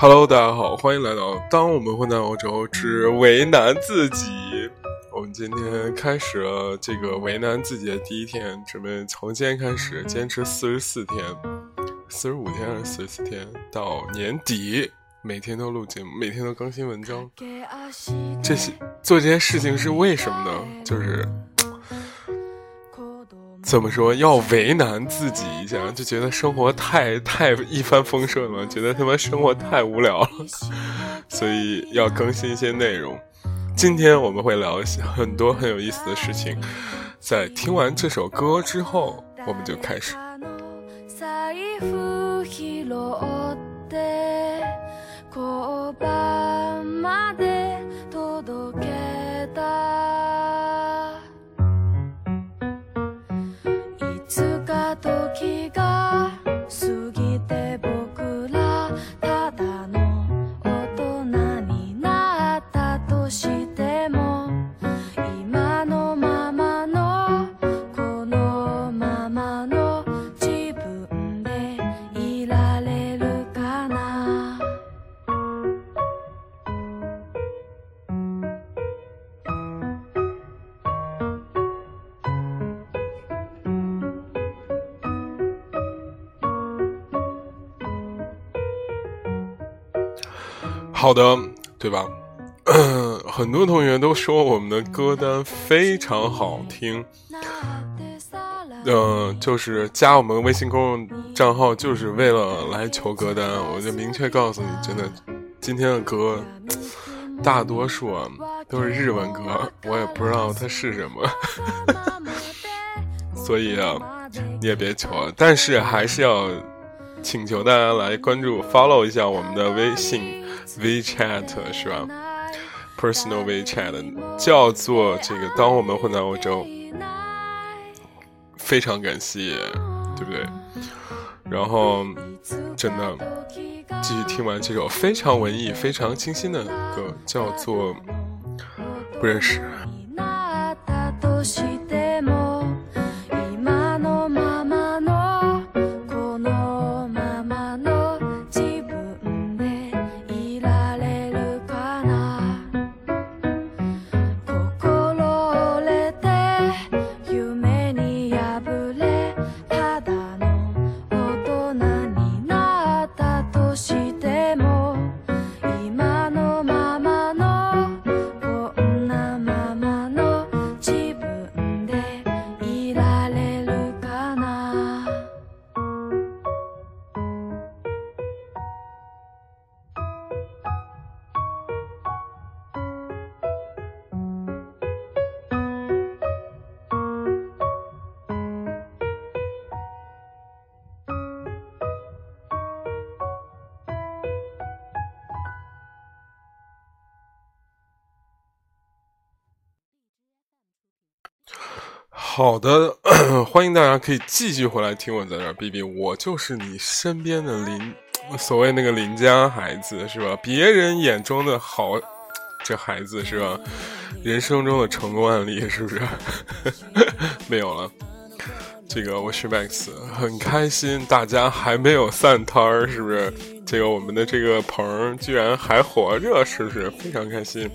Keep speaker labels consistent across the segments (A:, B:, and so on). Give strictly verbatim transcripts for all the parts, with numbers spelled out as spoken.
A: Hello， 大家好，欢迎来到当我们混在欧洲之为难自己。我们今天开始了这个为难自己的第一天，准备从今天开始坚持四十四天、四十五天还是四十四天，到年底每天都录节目，每天都更新文章。这些做这些事情是为什么呢？就是怎么说，要为难自己一下，就觉得生活太太一帆风顺了，觉得他妈生活太无聊了，所以要更新一些内容。今天我们会聊一些很多很有意思的事情，在听完这首歌之后，我们就开始。好的，对吧？很多同学都说我们的歌单非常好听，呃，就是加我们微信公众账号就是为了来求歌单。我就明确告诉你，真的，今天的歌大多数啊都是日文歌，我也不知道它是什么，所以啊，你也别求了。但是还是要请求大家来关注 follow 一下我们的微信 WeChat 是吧 Personal WeChat 叫做这个当我们混在欧洲，非常感谢，对不对？然后真的继续听完这首非常文艺非常清新的歌，叫做不认识。好的，欢迎大家可以继续回来听我在这儿逼逼，我就是你身边的邻，所谓那个邻家孩子是吧？别人眼中的好，这孩子是吧？人生中的成功案例是不是？没有了。这个我是 Max， 很开心大家还没有散摊儿，是不是？这个我们的这个棚居然还活着，是不是？非常开心。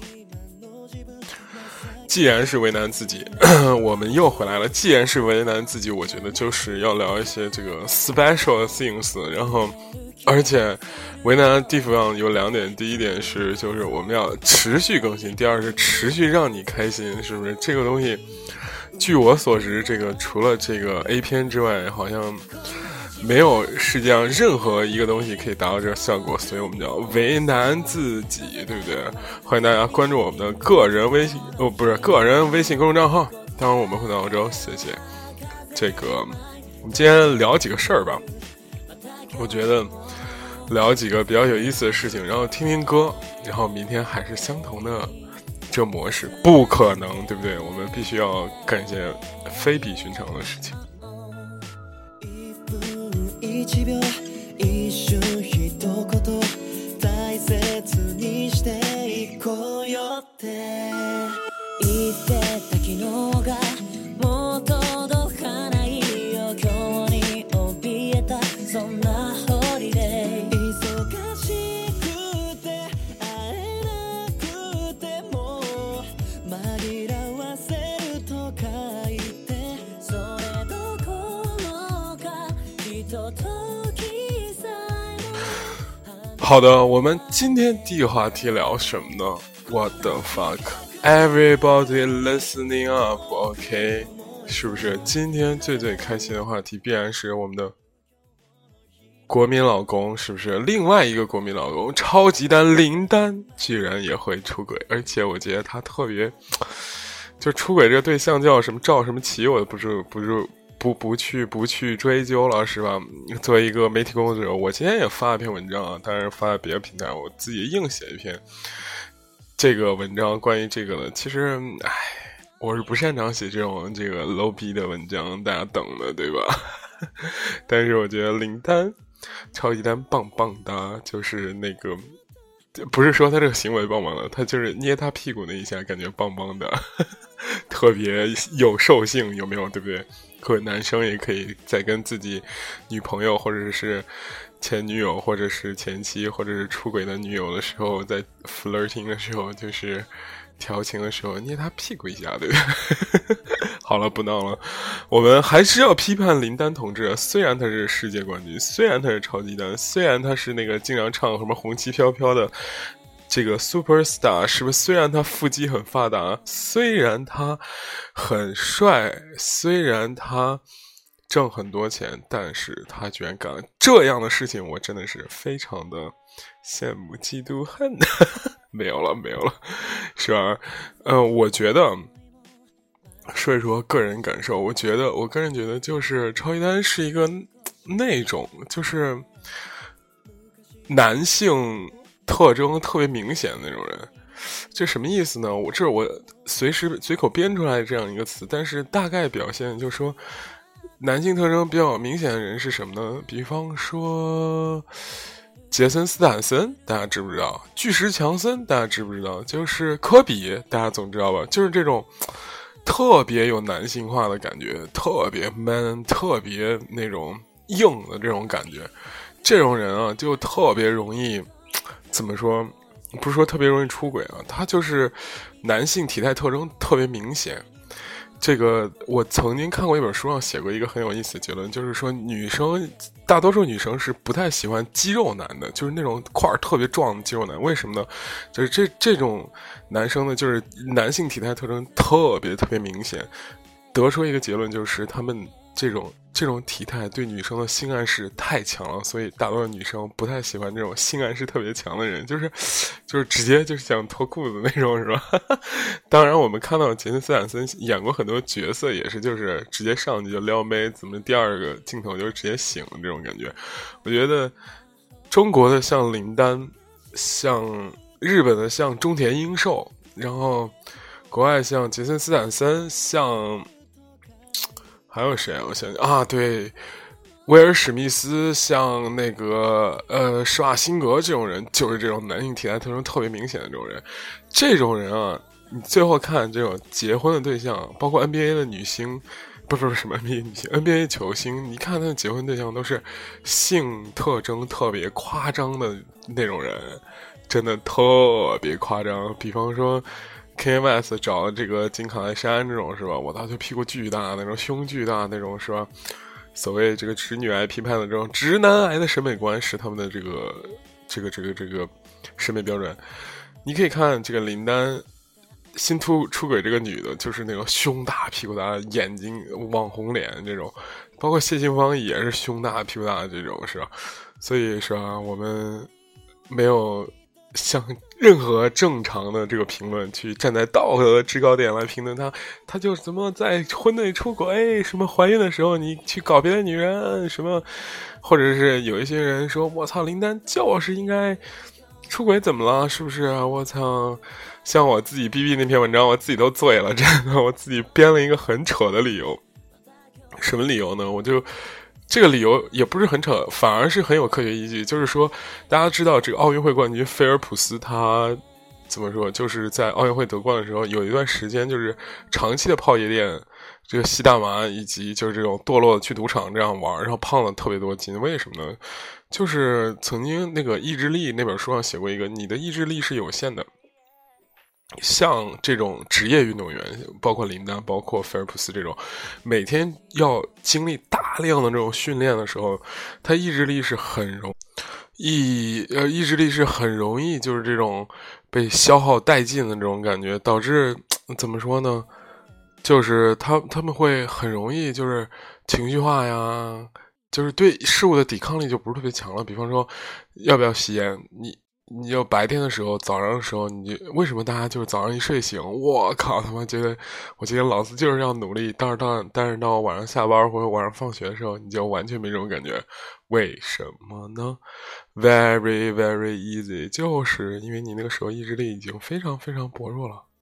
A: 既然是为难自己，我们又回来了。既然是为难自己，我觉得就是要聊一些这个 special things， 然后而且为难的地方有两点，第一点是就是我们要持续更新，第二是持续让你开心，是不是？这个东西据我所知，这个除了这个 A 片之外，好像没有世界上任何一个东西可以达到这个效果，所以我们叫为难自己，对不对？欢迎大家关注我们的个人微信哦，不是个人微信公众账号，当然我们会到澳洲，谢谢。这个我们今天聊几个事儿吧，我觉得聊几个比较有意思的事情，然后听听歌，然后明天还是相同的这模式，不可能，对不对？我们必须要干一些非比寻常的事情。一秒一瞬一言大切にしていこうよって言ってた昨日がもう届かないよ今日に怯えたそんなホリデー忙しい好的，我们今天第一个话题聊什么呢？ What the fuck Everybody listening up OK 是不是今天最最开心的话题必然是我们的国民老公，是不是另外一个国民老公超级丹林丹居然也会出轨，而且我觉得他特别就出轨这个对象叫什么赵什么琪，我不是不是不不去不去追究了，是吧？作为一个媒体工作者，我今天也发了一篇文章啊，当然发在别的平台，我自己硬写一篇这个文章，关于这个的。其实，唉，我是不擅长写这种这个 low 逼的文章，大家懂的，对吧？但是我觉得林丹超级丹棒棒的，就是那个。不是说他这个行为棒棒的，他就是捏他屁股那一下感觉棒棒的，特别有兽性，有没有？对不对？各位男生也可以在跟自己女朋友或者是前女友或者是前妻或者是出轨的女友的时候，在 flirting 的时候，就是调情的时候捏他屁股一下，对不对？好了，不闹了，我们还是要批判林丹同志。虽然他是世界冠军，虽然他是超级丹，虽然他是那个经常唱什么红旗飘飘的这个 super star， 是不是？虽然他腹肌很发达，虽然他很帅，虽然他挣很多钱，但是他居然干了这样的事情，我真的是非常的羡慕嫉妒恨。没有了没有了，是吧？呃我觉得说一说个人感受，我觉得我个人觉得就是超级丹是一个那种就是男性特征特别明显的那种人。这什么意思呢？我这是我随时随口编出来这样一个词，但是大概表现就是说男性特征比较明显的人是什么呢？比方说杰森斯坦森，大家知不知道？巨石强森，大家知不知道？就是科比，大家总知道吧？就是这种特别有男性化的感觉，特别 man， 特别那种硬的这种感觉。这种人啊，就特别容易，怎么说？不是说特别容易出轨啊，他就是男性体态特征特别明显。这个我曾经看过一本书上写过一个很有意思的结论，就是说女生大多数女生是不太喜欢肌肉男的，就是那种块儿特别壮的肌肉男。为什么呢？就是这这种男生呢，就是男性体态特征特别特别明显，得出一个结论，就是他们这种这种体态对女生的性暗示太强了，所以大多数女生不太喜欢这种性暗示特别强的人，就是就是直接就是想脱裤子那种，是吧？当然我们看到杰森斯坦森演过很多角色，也是就是直接上去就撩妹，怎么第二个镜头就是直接醒这种感觉。我觉得中国的像林丹，像日本的像中田英寿，然后国外像杰森斯坦森，像还有谁？我想想啊，对，威尔史密斯，像那个呃施瓦辛格这种人，就是这种男性体态特征特别明显的这种人。这种人啊，你最后看这种结婚的对象，包括 N B A 的女星，不是不是什么 N B A 女星 ，N B A 球星，你看他的结婚对象都是性特征特别夸张的那种人，真的特别夸张。比方说Kanye West 找这个金卡戴珊这种，是吧？我操，就屁股巨大那种，胸巨大那种，是吧？所谓这个直女癌批判的这种直男癌的审美观，是他们的这个这个这个这个审美标准。你可以看这个林丹新出出轨这个女的，就是那种胸大屁股大，眼睛网红脸这种，包括谢杏芳也是胸大屁股大这种，是吧？所以是吧？我们没有像任何正常的这个评论去站在道德的制高点来评论他，他就怎么在婚内出轨，什么怀孕的时候你去搞别的女人，什么，或者是有一些人说我操林丹就是应该出轨，怎么了？是不是啊？我操！像我自己 B B 那篇文章，我自己都醉了，真的，我自己编了一个很扯的理由。什么理由呢？我就这个理由也不是很扯，反而是很有科学依据。就是说，大家知道这个奥运会冠军菲尔普斯，他怎么说？就是在奥运会得冠的时候，有一段时间就是长期的泡夜店，这个吸大麻，以及就是这种堕落的去赌场这样玩，然后胖了特别多斤。为什么呢？就是曾经那个意志力那本书上写过一个，你的意志力是有限的。像这种职业运动员，包括林丹，包括菲尔普斯这种，每天要经历大量的这种训练的时候，他意志力是很容意呃意志力是很容易就是这种被消耗殆尽的这种感觉，导致怎么说呢？就是他他们会很容易就是情绪化呀，就是对事物的抵抗力就不是特别强了。比方说，要不要吸烟？你你要白天的时候，早上的时候，你就为什么大家就是早上一睡醒，我靠，他妈觉得我今天老子就是要努力，但是到但是到晚上下班或者晚上放学的时候，你就完全没这种感觉。为什么呢 ？Very very easy， 就是因为你那个时候意志力已经非常非常薄弱了。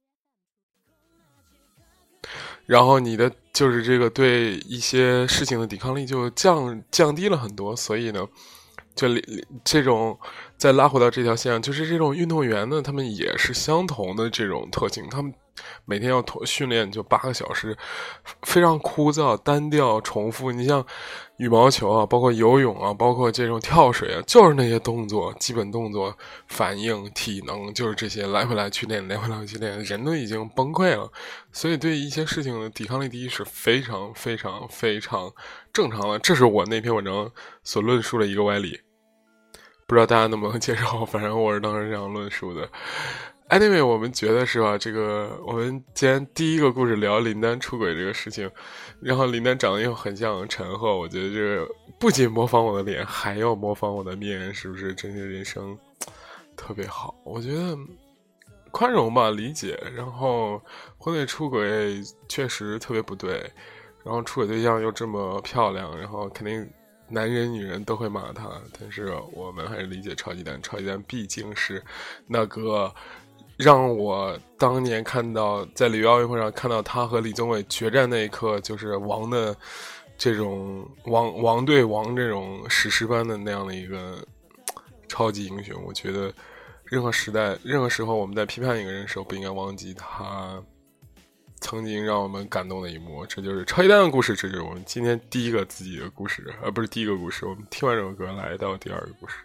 A: 然后你的就是这个对一些事情的抵抗力就降降低了很多，所以呢，就这种再拉回到这条线上，就是这种运动员呢，他们也是相同的这种特性，他们每天要训练就八个小时，非常枯燥、单调、重复。你像羽毛球啊，包括游泳啊，包括这种跳水啊，就是那些动作、基本动作、反应、体能，就是这些来回来去练，来回来去练，人都已经崩溃了。所以对一些事情的抵抗力低是非常非常非常正常的。这是我那篇文章所论述的一个歪理，不知道大家能不能接受，反正我是当时这样论述的。Anyway， 我们觉得是吧？这个我们既然第一个故事聊林丹出轨这个事情，然后林丹长得又很像陈赫，我觉得这个不仅模仿我的脸，还要模仿我的面，是不是？真是人生特别好。我觉得宽容吧，理解。然后婚内出轨确实特别不对，然后出轨对象又这么漂亮，然后肯定男人女人都会骂他，但是我们还是理解超级丹。超级丹毕竟是那个让我当年看到在里约奥运会上看到他和李宗伟决战那一刻，就是王的这种王王对王这种史诗般的那样的一个超级英雄。我觉得任何时代任何时候我们在批判一个人的时候，不应该忘记他曾经让我们感动的一幕。这就是超级丹的故事，这就是我们今天第一个自己的故事，而不是第一个故事。我们听完这首歌来到第二个故事。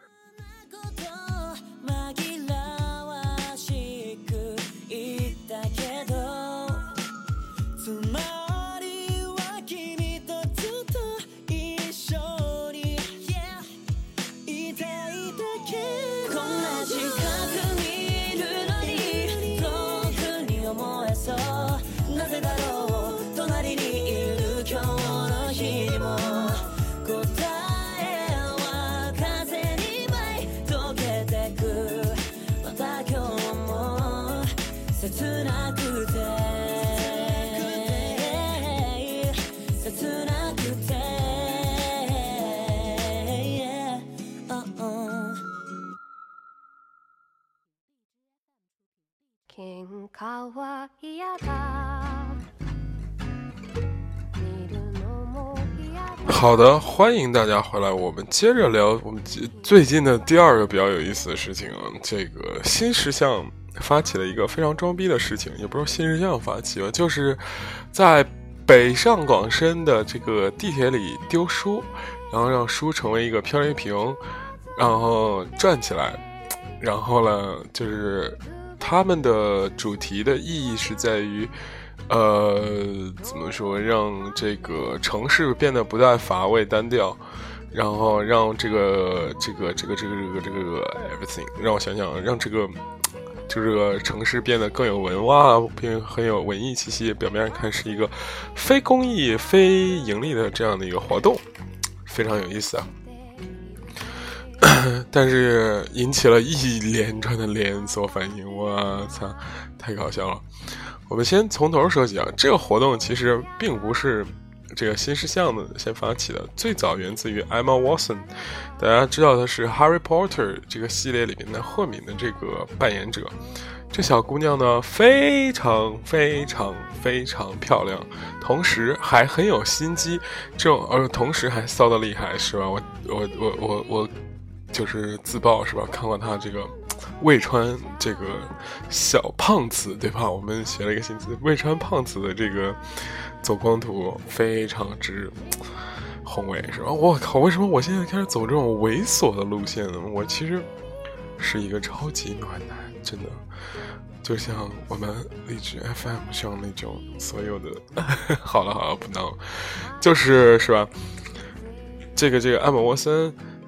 A: 好的，欢迎大家回来，我们接着聊我们最近的第二个比较有意思的事情啊。这个新石像发起了一个非常装逼的事情，也不是新石像发起了，就是在北上广深的这个地铁里丢书，然后让书成为一个漂流瓶，然后转起来，然后呢，就是他们的主题的意义是在于呃，怎么说，让这个城市变得不再乏味单调，然后让这个这个这个这个这个这个 everything， 让我想想，让这个就这个城市变得更有文化，并很有文艺气息。表面上看是一个非公益、非盈利的这样的一个活动，非常有意思啊。但是引起了一连串的连锁反应，我操，太搞笑了。我们先从头说起啊，这个活动其实并不是这个新石像的先发起的，最早源自于 Emma Watson， 大家知道她是 Harry Potter 这个系列里面的赫敏的这个扮演者。这小姑娘呢，非常非常非常漂亮，同时还很有心机，这种呃，同时还骚得厉害，是吧？我我我我我就是自曝是吧？看过她这个魏川这个小胖子，对吧？我们学了一个新词，魏川胖子的这个走光图非常之宏伟，是吧？我靠，为什么我现在开始走这种猥琐的路线呢？我其实是一个超级暖男，真的，就像我们荔枝 F M 上那种所有的好了好了，不闹了，就是是吧？这个这个艾玛沃森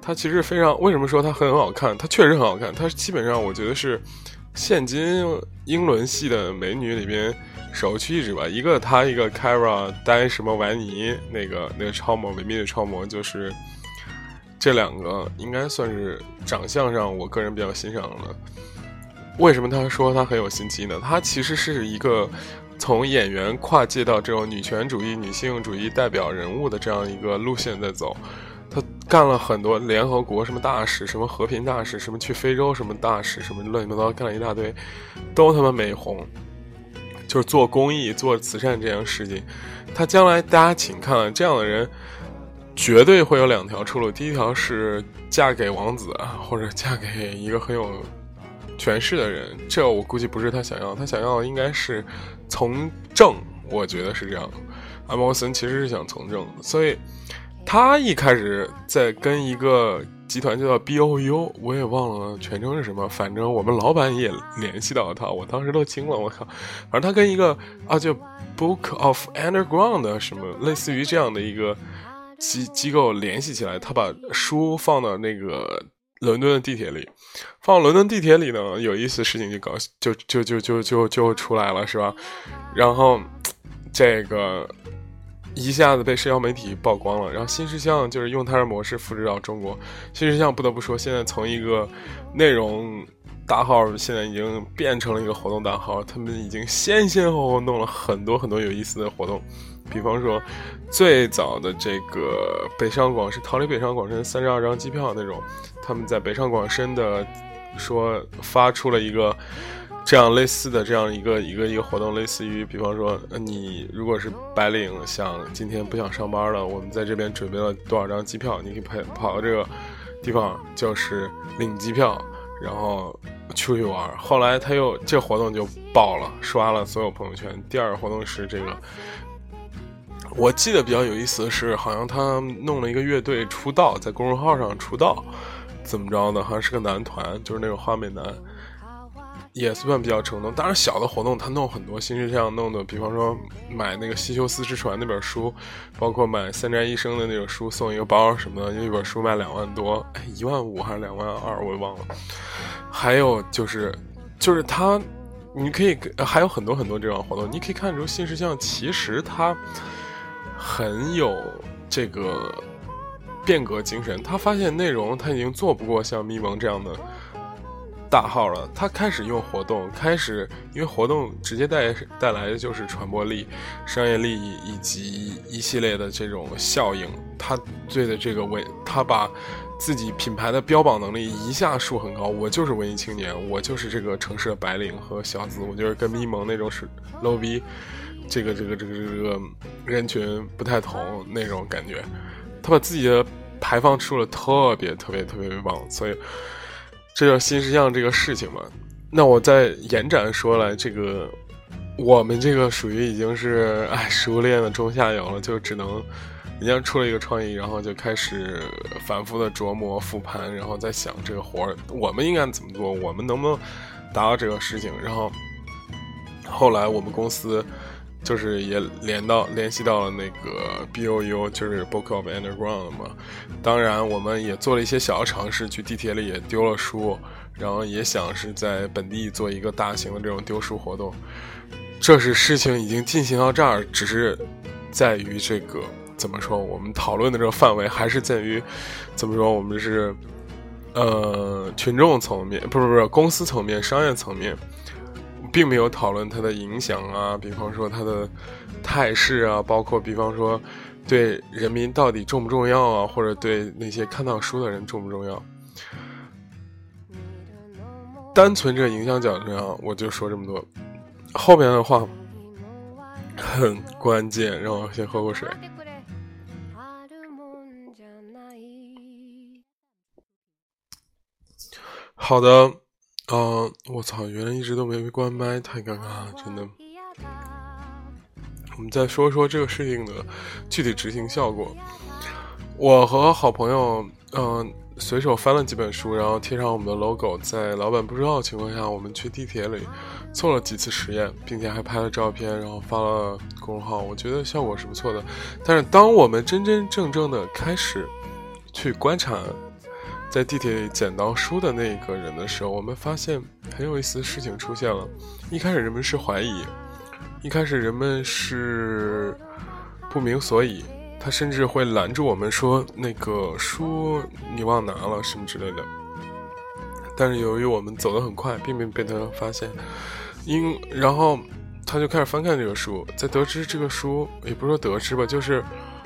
A: 它其实非常，为什么说它很好看？它确实很好看，它基本上我觉得是现今英伦系的美女里边首屈一指吧。一个她，一个 Cara 丹什么维尼，那个那个超模，维密的超模，就是这两个应该算是长相上我个人比较欣赏的。为什么他说他很有心机呢？他其实是一个从演员跨界到这种女权主义、女性主义代表人物的这样一个路线在走。他干了很多联合国什么大使，什么和平大使，什么去非洲什么大使，什么乱七八糟干了一大堆，都他妈没红。就是做公益、做慈善这样事情，他将来大家请看，这样的人绝对会有两条出路。第一条是嫁给王子，或者嫁给一个很有权势的人，这我估计不是他想要，他想要的应该是从政，我觉得是这样。阿莫森其实是想从政的，所以他一开始在跟一个集团叫做 B O U， 我也忘了全称是什么，反正我们老板也联系到他，我当时都惊了，我靠！反正他跟一个啊叫 Book of Underground 什么类似于这样的一个机机构联系起来，他把书放到那个伦敦的地铁里，放伦敦地铁里呢，有意思的事情就搞就就就就就就出来了，是吧？然后这个一下子被社交媒体曝光了，然后新事项就是用它的模式复制到中国。新事项不得不说，现在从一个内容大号，现在已经变成了一个活动大号，他们已经先先后后弄了很多很多有意思的活动。比方说最早的这个北上广深逃离北上广深三十二张机票那种，他们在北上广深的说发出了一个这样类似的这样一个一个一个活动，类似于比方说你如果是白领，想今天不想上班了，我们在这边准备了多少张机票，你可以跑跑到这个地方就是领机票然后出去玩。后来他又这个活动就爆了，刷了所有朋友圈。第二个活动是这个，我记得比较有意思的是，好像他弄了一个乐队出道，在公众号上出道，怎么着呢？好像是个男团，就是那种花美男，也算比较成功。当然小的活动他弄很多，新是这样弄的，比方说买那个西修斯之船那本书，包括买三宅一生的那种书送一个包什么的，一本书卖两万多，哎，一万五还是两万二，我也忘了。还有就是就是他你可以还有很多很多这种活动，你可以看出新事项其实他很有这个变革精神。他发现内容他已经做不过像咪蒙这样的大号了，他开始用活动，开始因为活动直接带带来的就是传播力、商业利益以及一系列的这种效应。他对的这个为他把自己品牌的标榜能力一下数很高，我就是文艺青年，我就是这个城市的白领和小资，我就是跟咪蒙那种是 low 逼这个这个这个这个人群不太同那种感觉。他把自己的排放出了特别特别特别棒，所以这就是新事项这个事情嘛。那我再延展说来，这个我们这个属于已经是哎熟练的中下游了，就只能人家出了一个创意，然后就开始反复的琢磨复盘，然后再想这个活儿我们应该怎么做，我们能不能达到这个事情。然后后来我们公司就是也连到联系到了那个 B O U， 就是 Book of Underground 嘛。当然我们也做了一些小的尝试，去地铁里也丢了书，然后也想是在本地做一个大型的这种丢书活动。这是事情已经进行到这儿，只是在于这个怎么说，我们讨论的这个范围还是在于怎么说，我们是呃群众层面，不是不是公司层面、商业层面，并没有讨论它的影响啊，比方说它的态势啊，包括比方说对人民到底重不重要啊，或者对那些看到书的人重不重要。单纯这个影响角度上，我就说这么多。后面的话很关键，让我先喝口水。好的，呃，我操，原来一直都没关麦，太尴尬了，真的。我们再说说这个事情的具体执行效果。我和好朋友，嗯、呃，随手翻了几本书，然后贴上我们的 logo， 在老板不知道的情况下，我们去地铁里做了几次实验，并且还拍了照片，然后发了公众号。我觉得效果是不错的。但是当我们真真正正的开始去观察在地铁里捡到书的那个人的时候，我们发现很有意思的事情出现了。一开始人们是怀疑，一开始人们是不明所以，他甚至会拦住我们说那个书你忘拿了什么之类的。但是由于我们走得很快，并没被他发现，因然后他就开始翻看这个书，在得知这个书，也不是说得知吧，就是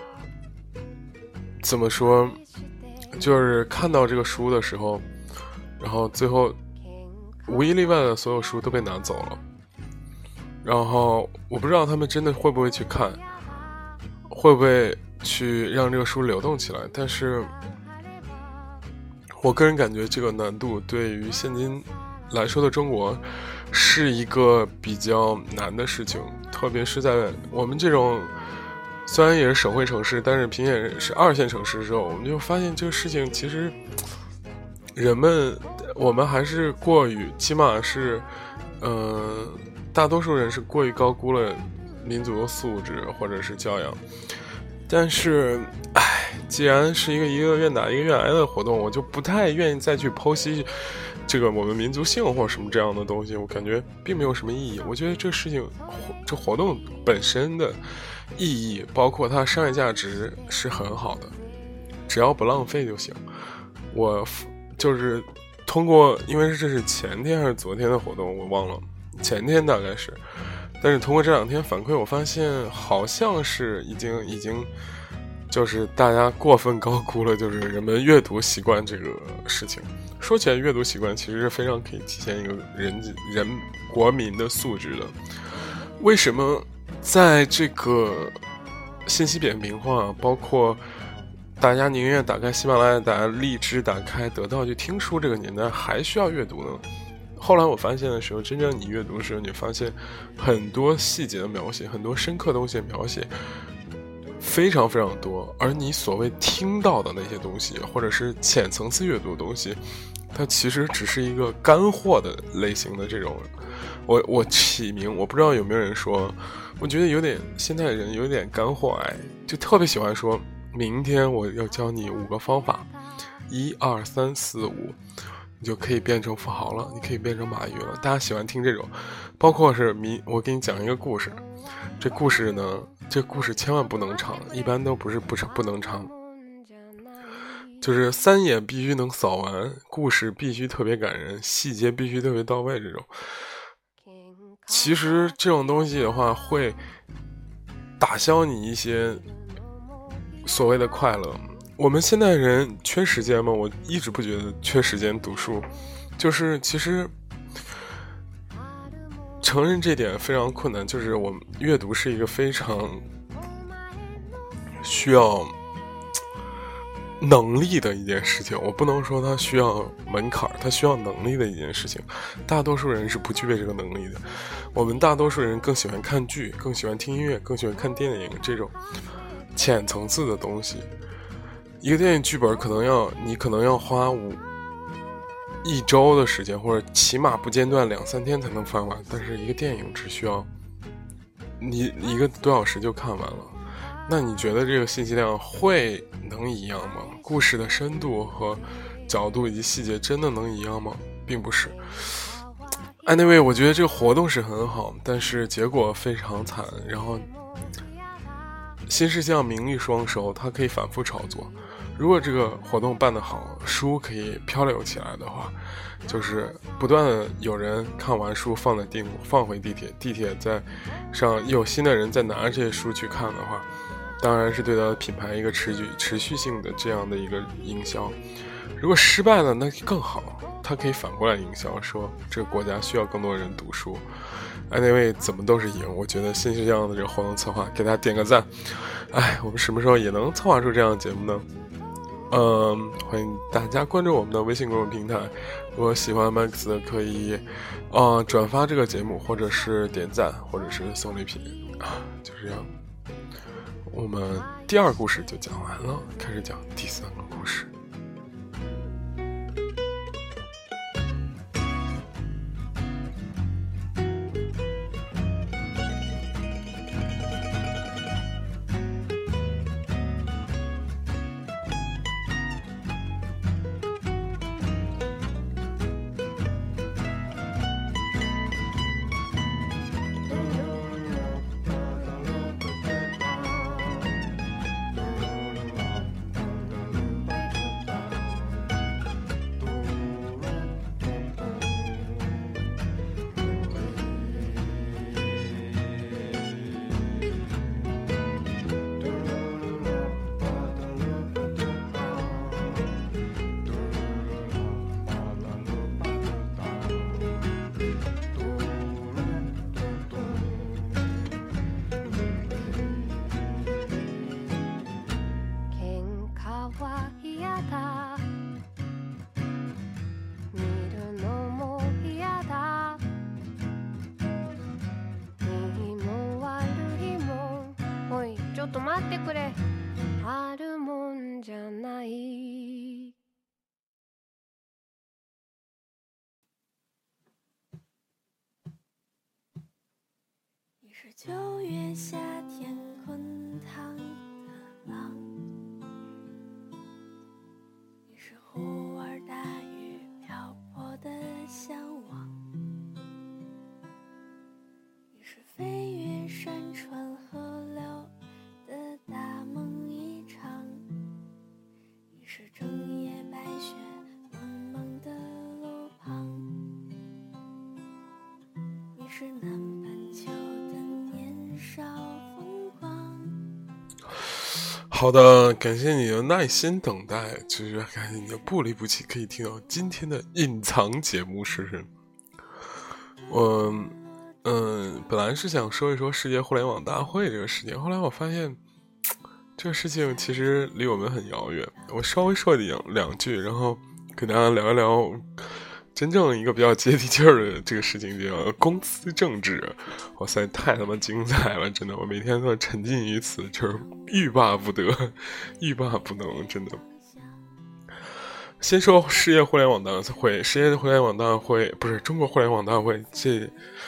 A: 怎么说，就是看到这个书的时候，然后最后无一例外的所有书都被拿走了。然后我不知道他们真的会不会去看，会不会去让这个书流动起来，但是我个人感觉这个难度对于现今来说的中国是一个比较难的事情，特别是在我们这种虽然也是省会城市，但是平也是二线城市的时候，我们就发现这个事情其实人们我们还是过于，起码是呃大多数人是过于高估了民族的素质或者是教养。但是唉，既然是一个一个愿打一个愿挨的活动，我就不太愿意再去剖析这个我们民族性或什么这样的东西，我感觉并没有什么意义。我觉得这事情这活动本身的意义包括它商业价值是很好的，只要不浪费就行。我就是通过，因为这是前天还是昨天的活动我忘了，前天大概是，但是通过这两天反馈，我发现好像是已经已经就是大家过分高估了就是人们阅读习惯这个事情。说起来，阅读习惯其实是非常可以体现一个人人国民的素质的。为什么在这个信息扁平化，包括大家宁愿打开喜马拉雅、打开荔枝、打开得到去听书这个年代，还需要阅读呢？后来我发现的时候，真正你阅读的时候，你发现很多细节的描写，很多深刻东西的描写非常非常多，而你所谓听到的那些东西，或者是浅层次阅读的东西，它其实只是一个干货的类型的这种。我我起名，我不知道有没有人说，我觉得有点现代人有点干货癌，就特别喜欢说明天我要教你五个方法，一二三四五，你就可以变成富豪了，你可以变成马云了。大家喜欢听这种，包括是明我给你讲一个故事，这故事呢，这故事千万不能长，一般都不是不不能长，就是三眼必须能扫完，故事必须特别感人，细节必须特别到位，这种。其实这种东西的话，会打消你一些所谓的快乐。我们现代人缺时间吗？我一直不觉得缺时间读书，就是其实承认这点非常困难，就是我们阅读是一个非常需要能力的一件事情。我不能说它需要门槛，它需要能力的一件事情。大多数人是不具备这个能力的。我们大多数人更喜欢看剧，更喜欢听音乐，更喜欢看电影，这种浅层次的东西。一个电影剧本可能要你可能要花五一周的时间，或者起码不间断两三天才能翻完，但是一个电影只需要你一个多小时就看完了。那你觉得这个信息量会能一样吗？故事的深度和角度以及细节真的能一样吗？并不是。Anyway， 我觉得这个活动是很好，但是结果非常惨。然后新世相名利双收，它可以反复炒作。如果这个活动办得好，书可以漂流起来的话，就是不断的有人看完书放在地放回地铁，地铁在上有新的人在拿着这些书去看的话，当然是对它的品牌一个持续持续性的这样的一个营销。如果失败了，那更好，它可以反过来营销，说这个国家需要更多人读书。Anyway， 怎么都是赢。我觉得新世相的这个活动策划，给大家点个赞。哎，我们什么时候也能策划出这样的节目呢？嗯，欢迎大家关注我们的微信公众平台。如果喜欢 Max 的，可以呃转发这个节目，或者是点赞，或者是送礼品啊，就这样。我们第二故事就讲完了，开始讲第三个故事。
B: ちょっと待ってくれあるもんじゃない你是九月夏天滚烫的浪你是忽而大雨瓢泼的向往你是飞越山川河流的大梦一场你是整夜白雪茫茫的路旁你是南半球的年少风光
A: 好的，感谢你的耐心等待，就是感谢你的不离不弃，可以听到今天的隐藏节目是不是？我嗯，本来是想说一说世界互联网大会这个事情，后来我发现这个事情其实离我们很遥远。我稍微说两两句，然后跟大家聊一聊真正一个比较接地气儿的这个事情，叫公司政治。哇塞，太他妈精彩了！真的，我每天都沉浸于此，就是欲罢不得，欲罢不能，真的。先说世界互联网大会，世界互联网大会不是中国互联网大会，这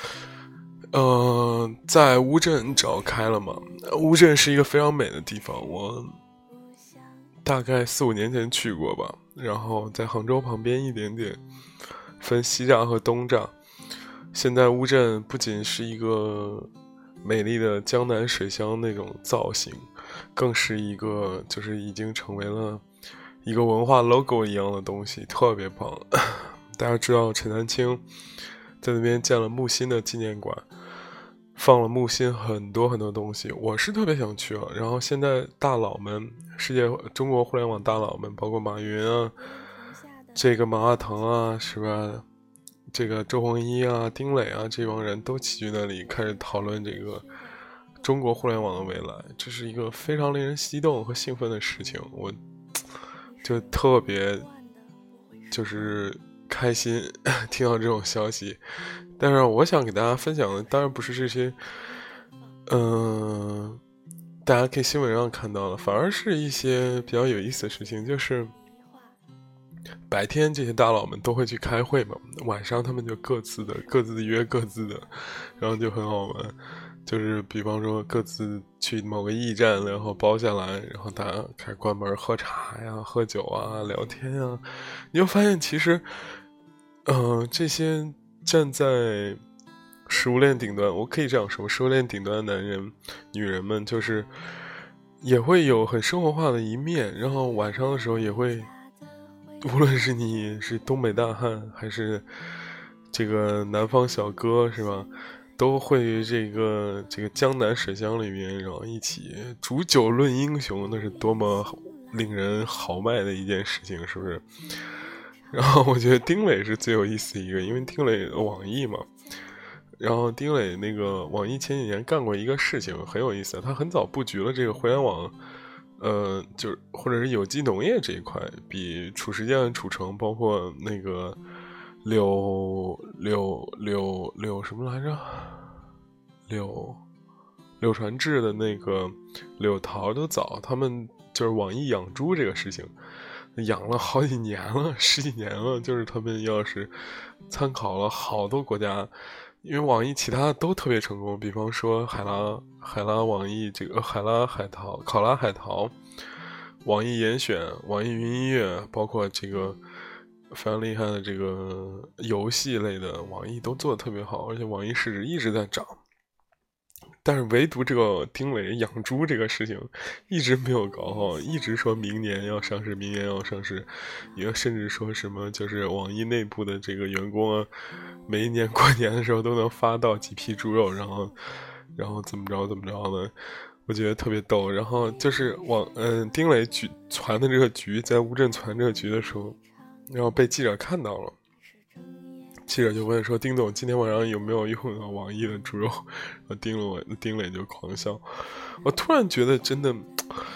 A: 呃在乌镇召开了嘛。乌镇是一个非常美的地方，我大概四五年前去过吧，然后在杭州旁边一点点，分西栅和东栅。现在乌镇不仅是一个美丽的江南水乡那种造型，更是一个就是已经成为了一个文化 logo 一样的东西，特别棒。大家知道陈丹青在那边建了木心的纪念馆，放了木心很多很多东西，我是特别想去啊。然后现在大佬们，世界中国互联网大佬们，包括马云啊，这个马化腾啊，是吧？这个周鸿祎啊、丁磊啊，这帮人都齐聚那里，开始讨论这个中国互联网的未来。这是一个非常令人激动和兴奋的事情，我就特别就是开心听到这种消息。但是我想给大家分享的当然不是这些嗯、呃，大家可以新闻上看到的，反而是一些比较有意思的事情。就是白天这些大佬们都会去开会嘛，晚上他们就各自的各自约各自的，然后就很好玩。就是比方说各自去某个驿站，然后包下来，然后大家开始关门喝茶呀、喝酒啊、聊天啊。你就发现其实呃，这些站在食物链顶端，我可以这样说，食物链顶端的男人女人们就是也会有很生活化的一面，然后晚上的时候也会，无论是你是东北大汉还是这个南方小哥，是吧，都会这个这个江南水乡里面，然后一起煮酒论英雄，那是多么令人豪迈的一件事情，是不是？然后我觉得丁磊是最有意思的一个，因为丁磊网易嘛，然后丁磊那个网易前几年干过一个事情很有意思，他很早布局了这个互联网，呃，就是或者是有机农业这一块，比褚时健、褚橙，包括那个柳柳柳柳什么来着，柳柳传志的那个柳桃都早，他们就是网易养猪这个事情。养了好几年了，十几年了，就是他们要是参考了好多国家，因为网易其他的都特别成功，比方说海拉海拉网易这个海拉海淘考拉海淘，网易严选，网易云音乐，包括这个非常厉害的这个游戏类的，网易都做得特别好，而且网易市值一直在涨。但是唯独这个丁磊养猪这个事情一直没有搞好，一直说明年要上市，明年要上市，也甚至说什么就是网易内部的这个员工啊，每一年过年的时候都能发到几批猪肉，然后然后怎么着怎么着的，我觉得特别逗。然后就是网嗯丁磊局传的这个局，在乌镇传这个局的时候，然后被记者看到了。记者就问说：“丁总，今天晚上有没有用到网易的猪肉？”然后丁磊丁磊就狂笑。我突然觉得，真的，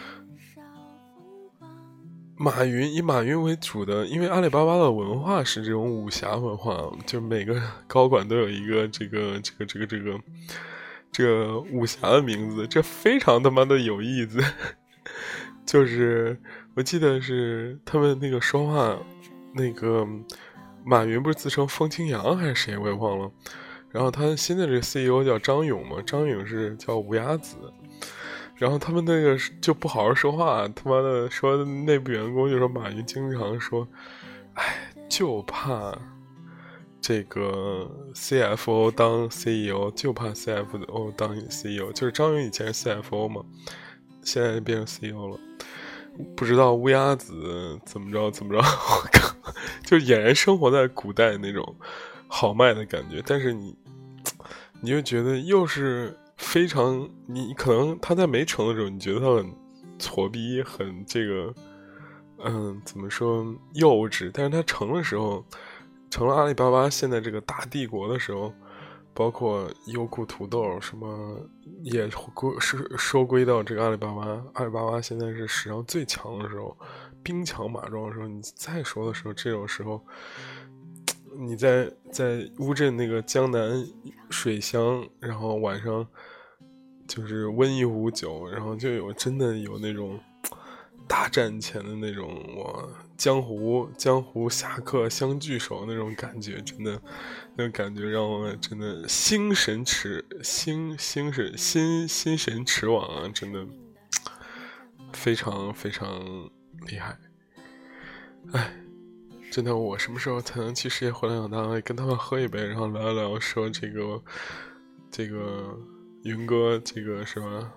A: 马云以马云为主的，因为阿里巴巴的文化是这种武侠文化，就每个高管都有一个这个这个这个这个这个武侠的名字，这非常他妈的有意思。就是我记得是他们那个说话，那个马云不是自称风清扬还是谁，我也忘了。然后他新的这个 C E O 叫张勇嘛，张勇是叫无崖子。然后他们那个就不好好说话，他妈的说内部员工就说马云经常说，哎，就怕这个 C F O 当 C E O， 就怕 C F O 当 C E O， 就是张勇以前是 C F O 嘛，现在变成 C E O 了。不知道乌鸦子怎么着怎么着，我靠，就俨然生活在古代那种豪迈的感觉，但是你你就觉得又是非常，你可能他在没成的时候你觉得他很挫逼，很这个嗯怎么说幼稚，但是他成的时候，成了阿里巴巴现在这个大帝国的时候，包括优酷土豆什么也归是收归到这个阿里巴巴，阿里巴巴现在是史上最强的时候，兵强马壮的时候，你再说的时候，这种时候你在在乌镇那个江南水乡，然后晚上就是温一壶酒，然后就有真的有那种大战前的那种我江湖江湖侠客相聚首那种感觉，真的那种感觉让我真的心神驰心心神心心神驰往啊，真的非常非常厉害。哎，真的，我什么时候才能去世界互联网大会跟他们喝一杯，然后聊一聊说这个这个云哥这个是吧？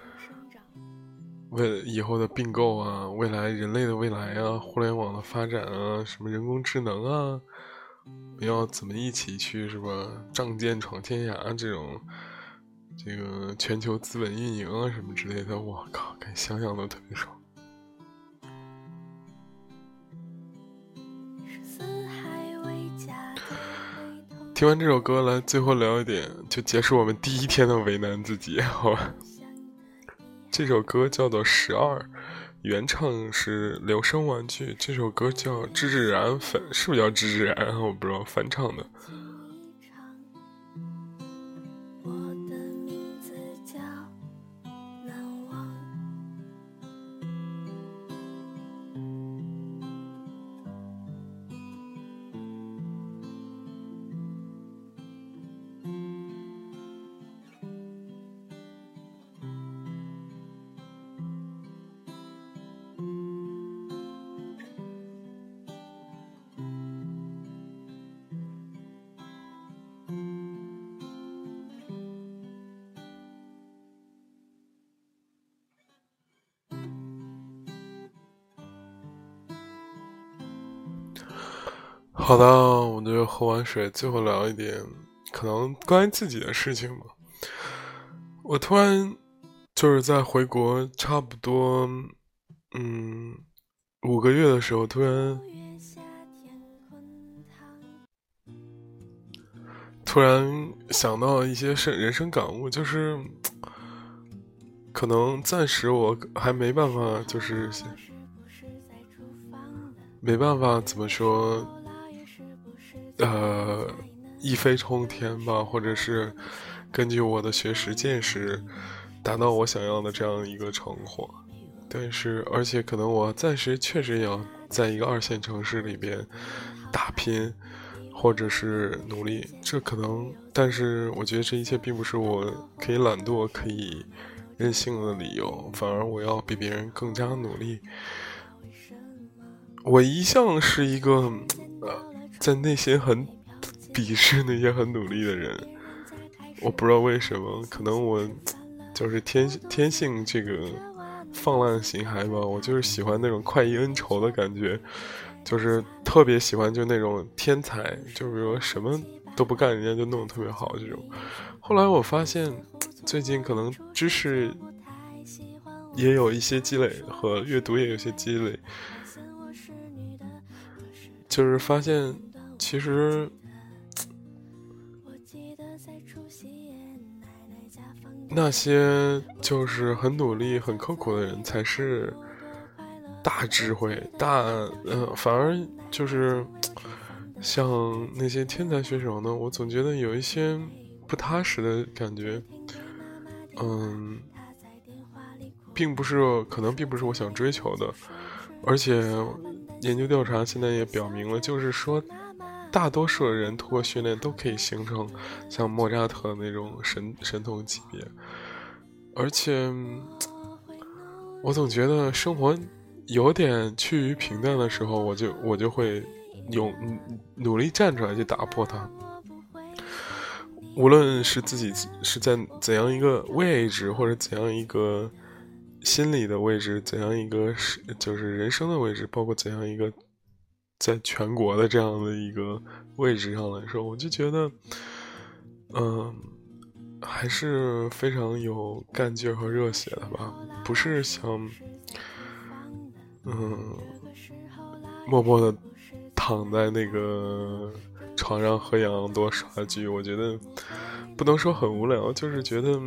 A: 为以后的并购啊，未来人类的未来啊，互联网的发展啊，什么人工智能啊，我要怎么一起去是吧？仗剑闯天涯这种，这个全球资本运营啊什么之类的，我靠，感觉想想都特别爽。听完这首歌来，最后聊一点，就结束我们第一天的为难自己，好吧？这首歌叫做《十二》，原唱是留声玩具。这首歌叫芝芝然翻，是不是叫芝芝然？我不知道翻唱的。好的，我就喝完水，最后聊一点可能关于自己的事情吧。我突然就是在回国差不多嗯五个月的时候，突然突然想到一些是人生感悟，就是可能暂时我还没办法，就是没办法怎么说呃，一飞冲天吧，或者是根据我的学识见识达到我想要的这样一个成果。但是而且可能我暂时确实也要在一个二线城市里边打拼或者是努力，这可能，但是我觉得这一切并不是我可以懒惰可以任性的理由，反而我要比别人更加努力。我一向是一个呃在内心很鄙视那些很努力的人，我不知道为什么，可能我就是天天性这个放浪形骸吧，我就是喜欢那种快意恩仇的感觉，就是特别喜欢就那种天才，就比如说什么都不干人家就弄得特别好这种。后来我发现最近可能知识也有一些积累和阅读也有一些积累，就是发现其实那些就是很努力很刻苦的人才是大智慧大呃，反而就是像那些天才选手呢，我总觉得有一些不踏实的感觉。 嗯，并不是可能并不是我想追求的，而且研究调查现在也表明了，就是说大多数的人通过训练都可以形成像莫扎特那种神神童级别，而且我总觉得生活有点趋于平淡的时候，我就我就会勇努力站出来去打破它。无论是自己是在怎样一个位置，或者怎样一个心理的位置，怎样一个是就是人生的位置，包括怎样一个在全国的这样的一个位置上来说，我就觉得嗯、呃、还是非常有干劲和热血的吧，不是像嗯默默的躺在那个床上喝养乐多刷剧，我觉得不能说很无聊，就是觉得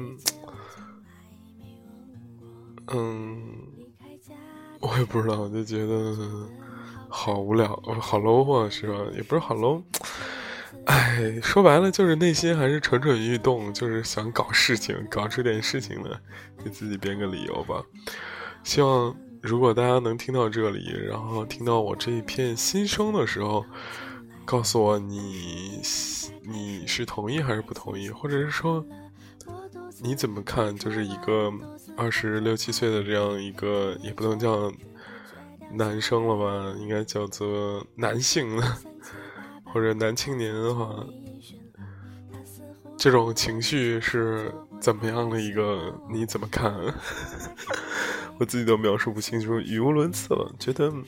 A: 嗯我也不知道，我就觉得好无聊，好 low 啊，是吧？也不是好 low， 哎，说白了就是内心还是蠢蠢欲动，就是想搞事情，搞出点事情来，给自己编个理由吧。希望如果大家能听到这里，然后听到我这一片心声的时候，告诉我你你是同意还是不同意，或者是说你怎么看，就是一个二十六七岁的这样一个，也不能叫男生了吧，应该叫做男性了，或者男青年的话，这种情绪是怎么样的一个，你怎么看？我自己都描述不清楚，语无伦次了，觉得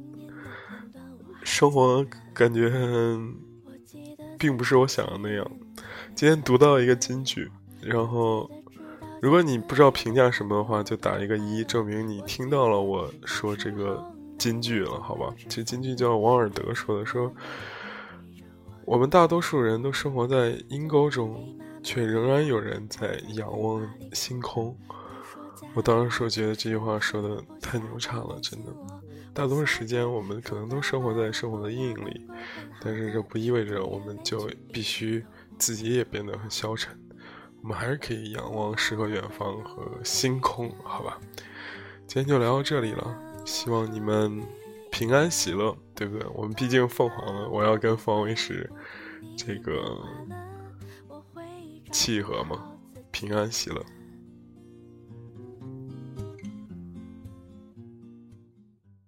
A: 生活感觉并不是我想的那样。今天读到一个金句，然后如果你不知道评价什么的话，就打一个一，证明你听到了我说这个金句了，好吧？这金句叫王尔德说的，说我们大多数人都生活在阴沟中，却仍然有人在仰望星空。我当时说觉得这句话说的太牛叉了，真的。大多数时间我们可能都生活在生活的阴影里，但是这不意味着我们就必须自己也变得很消沉，我们还是可以仰望诗和远方和星空，好吧？今天就聊到这里了，希望你们平安喜乐，对不对？我们毕竟凤凰了，我要跟凤凰卫视这个契合嘛，平安喜乐。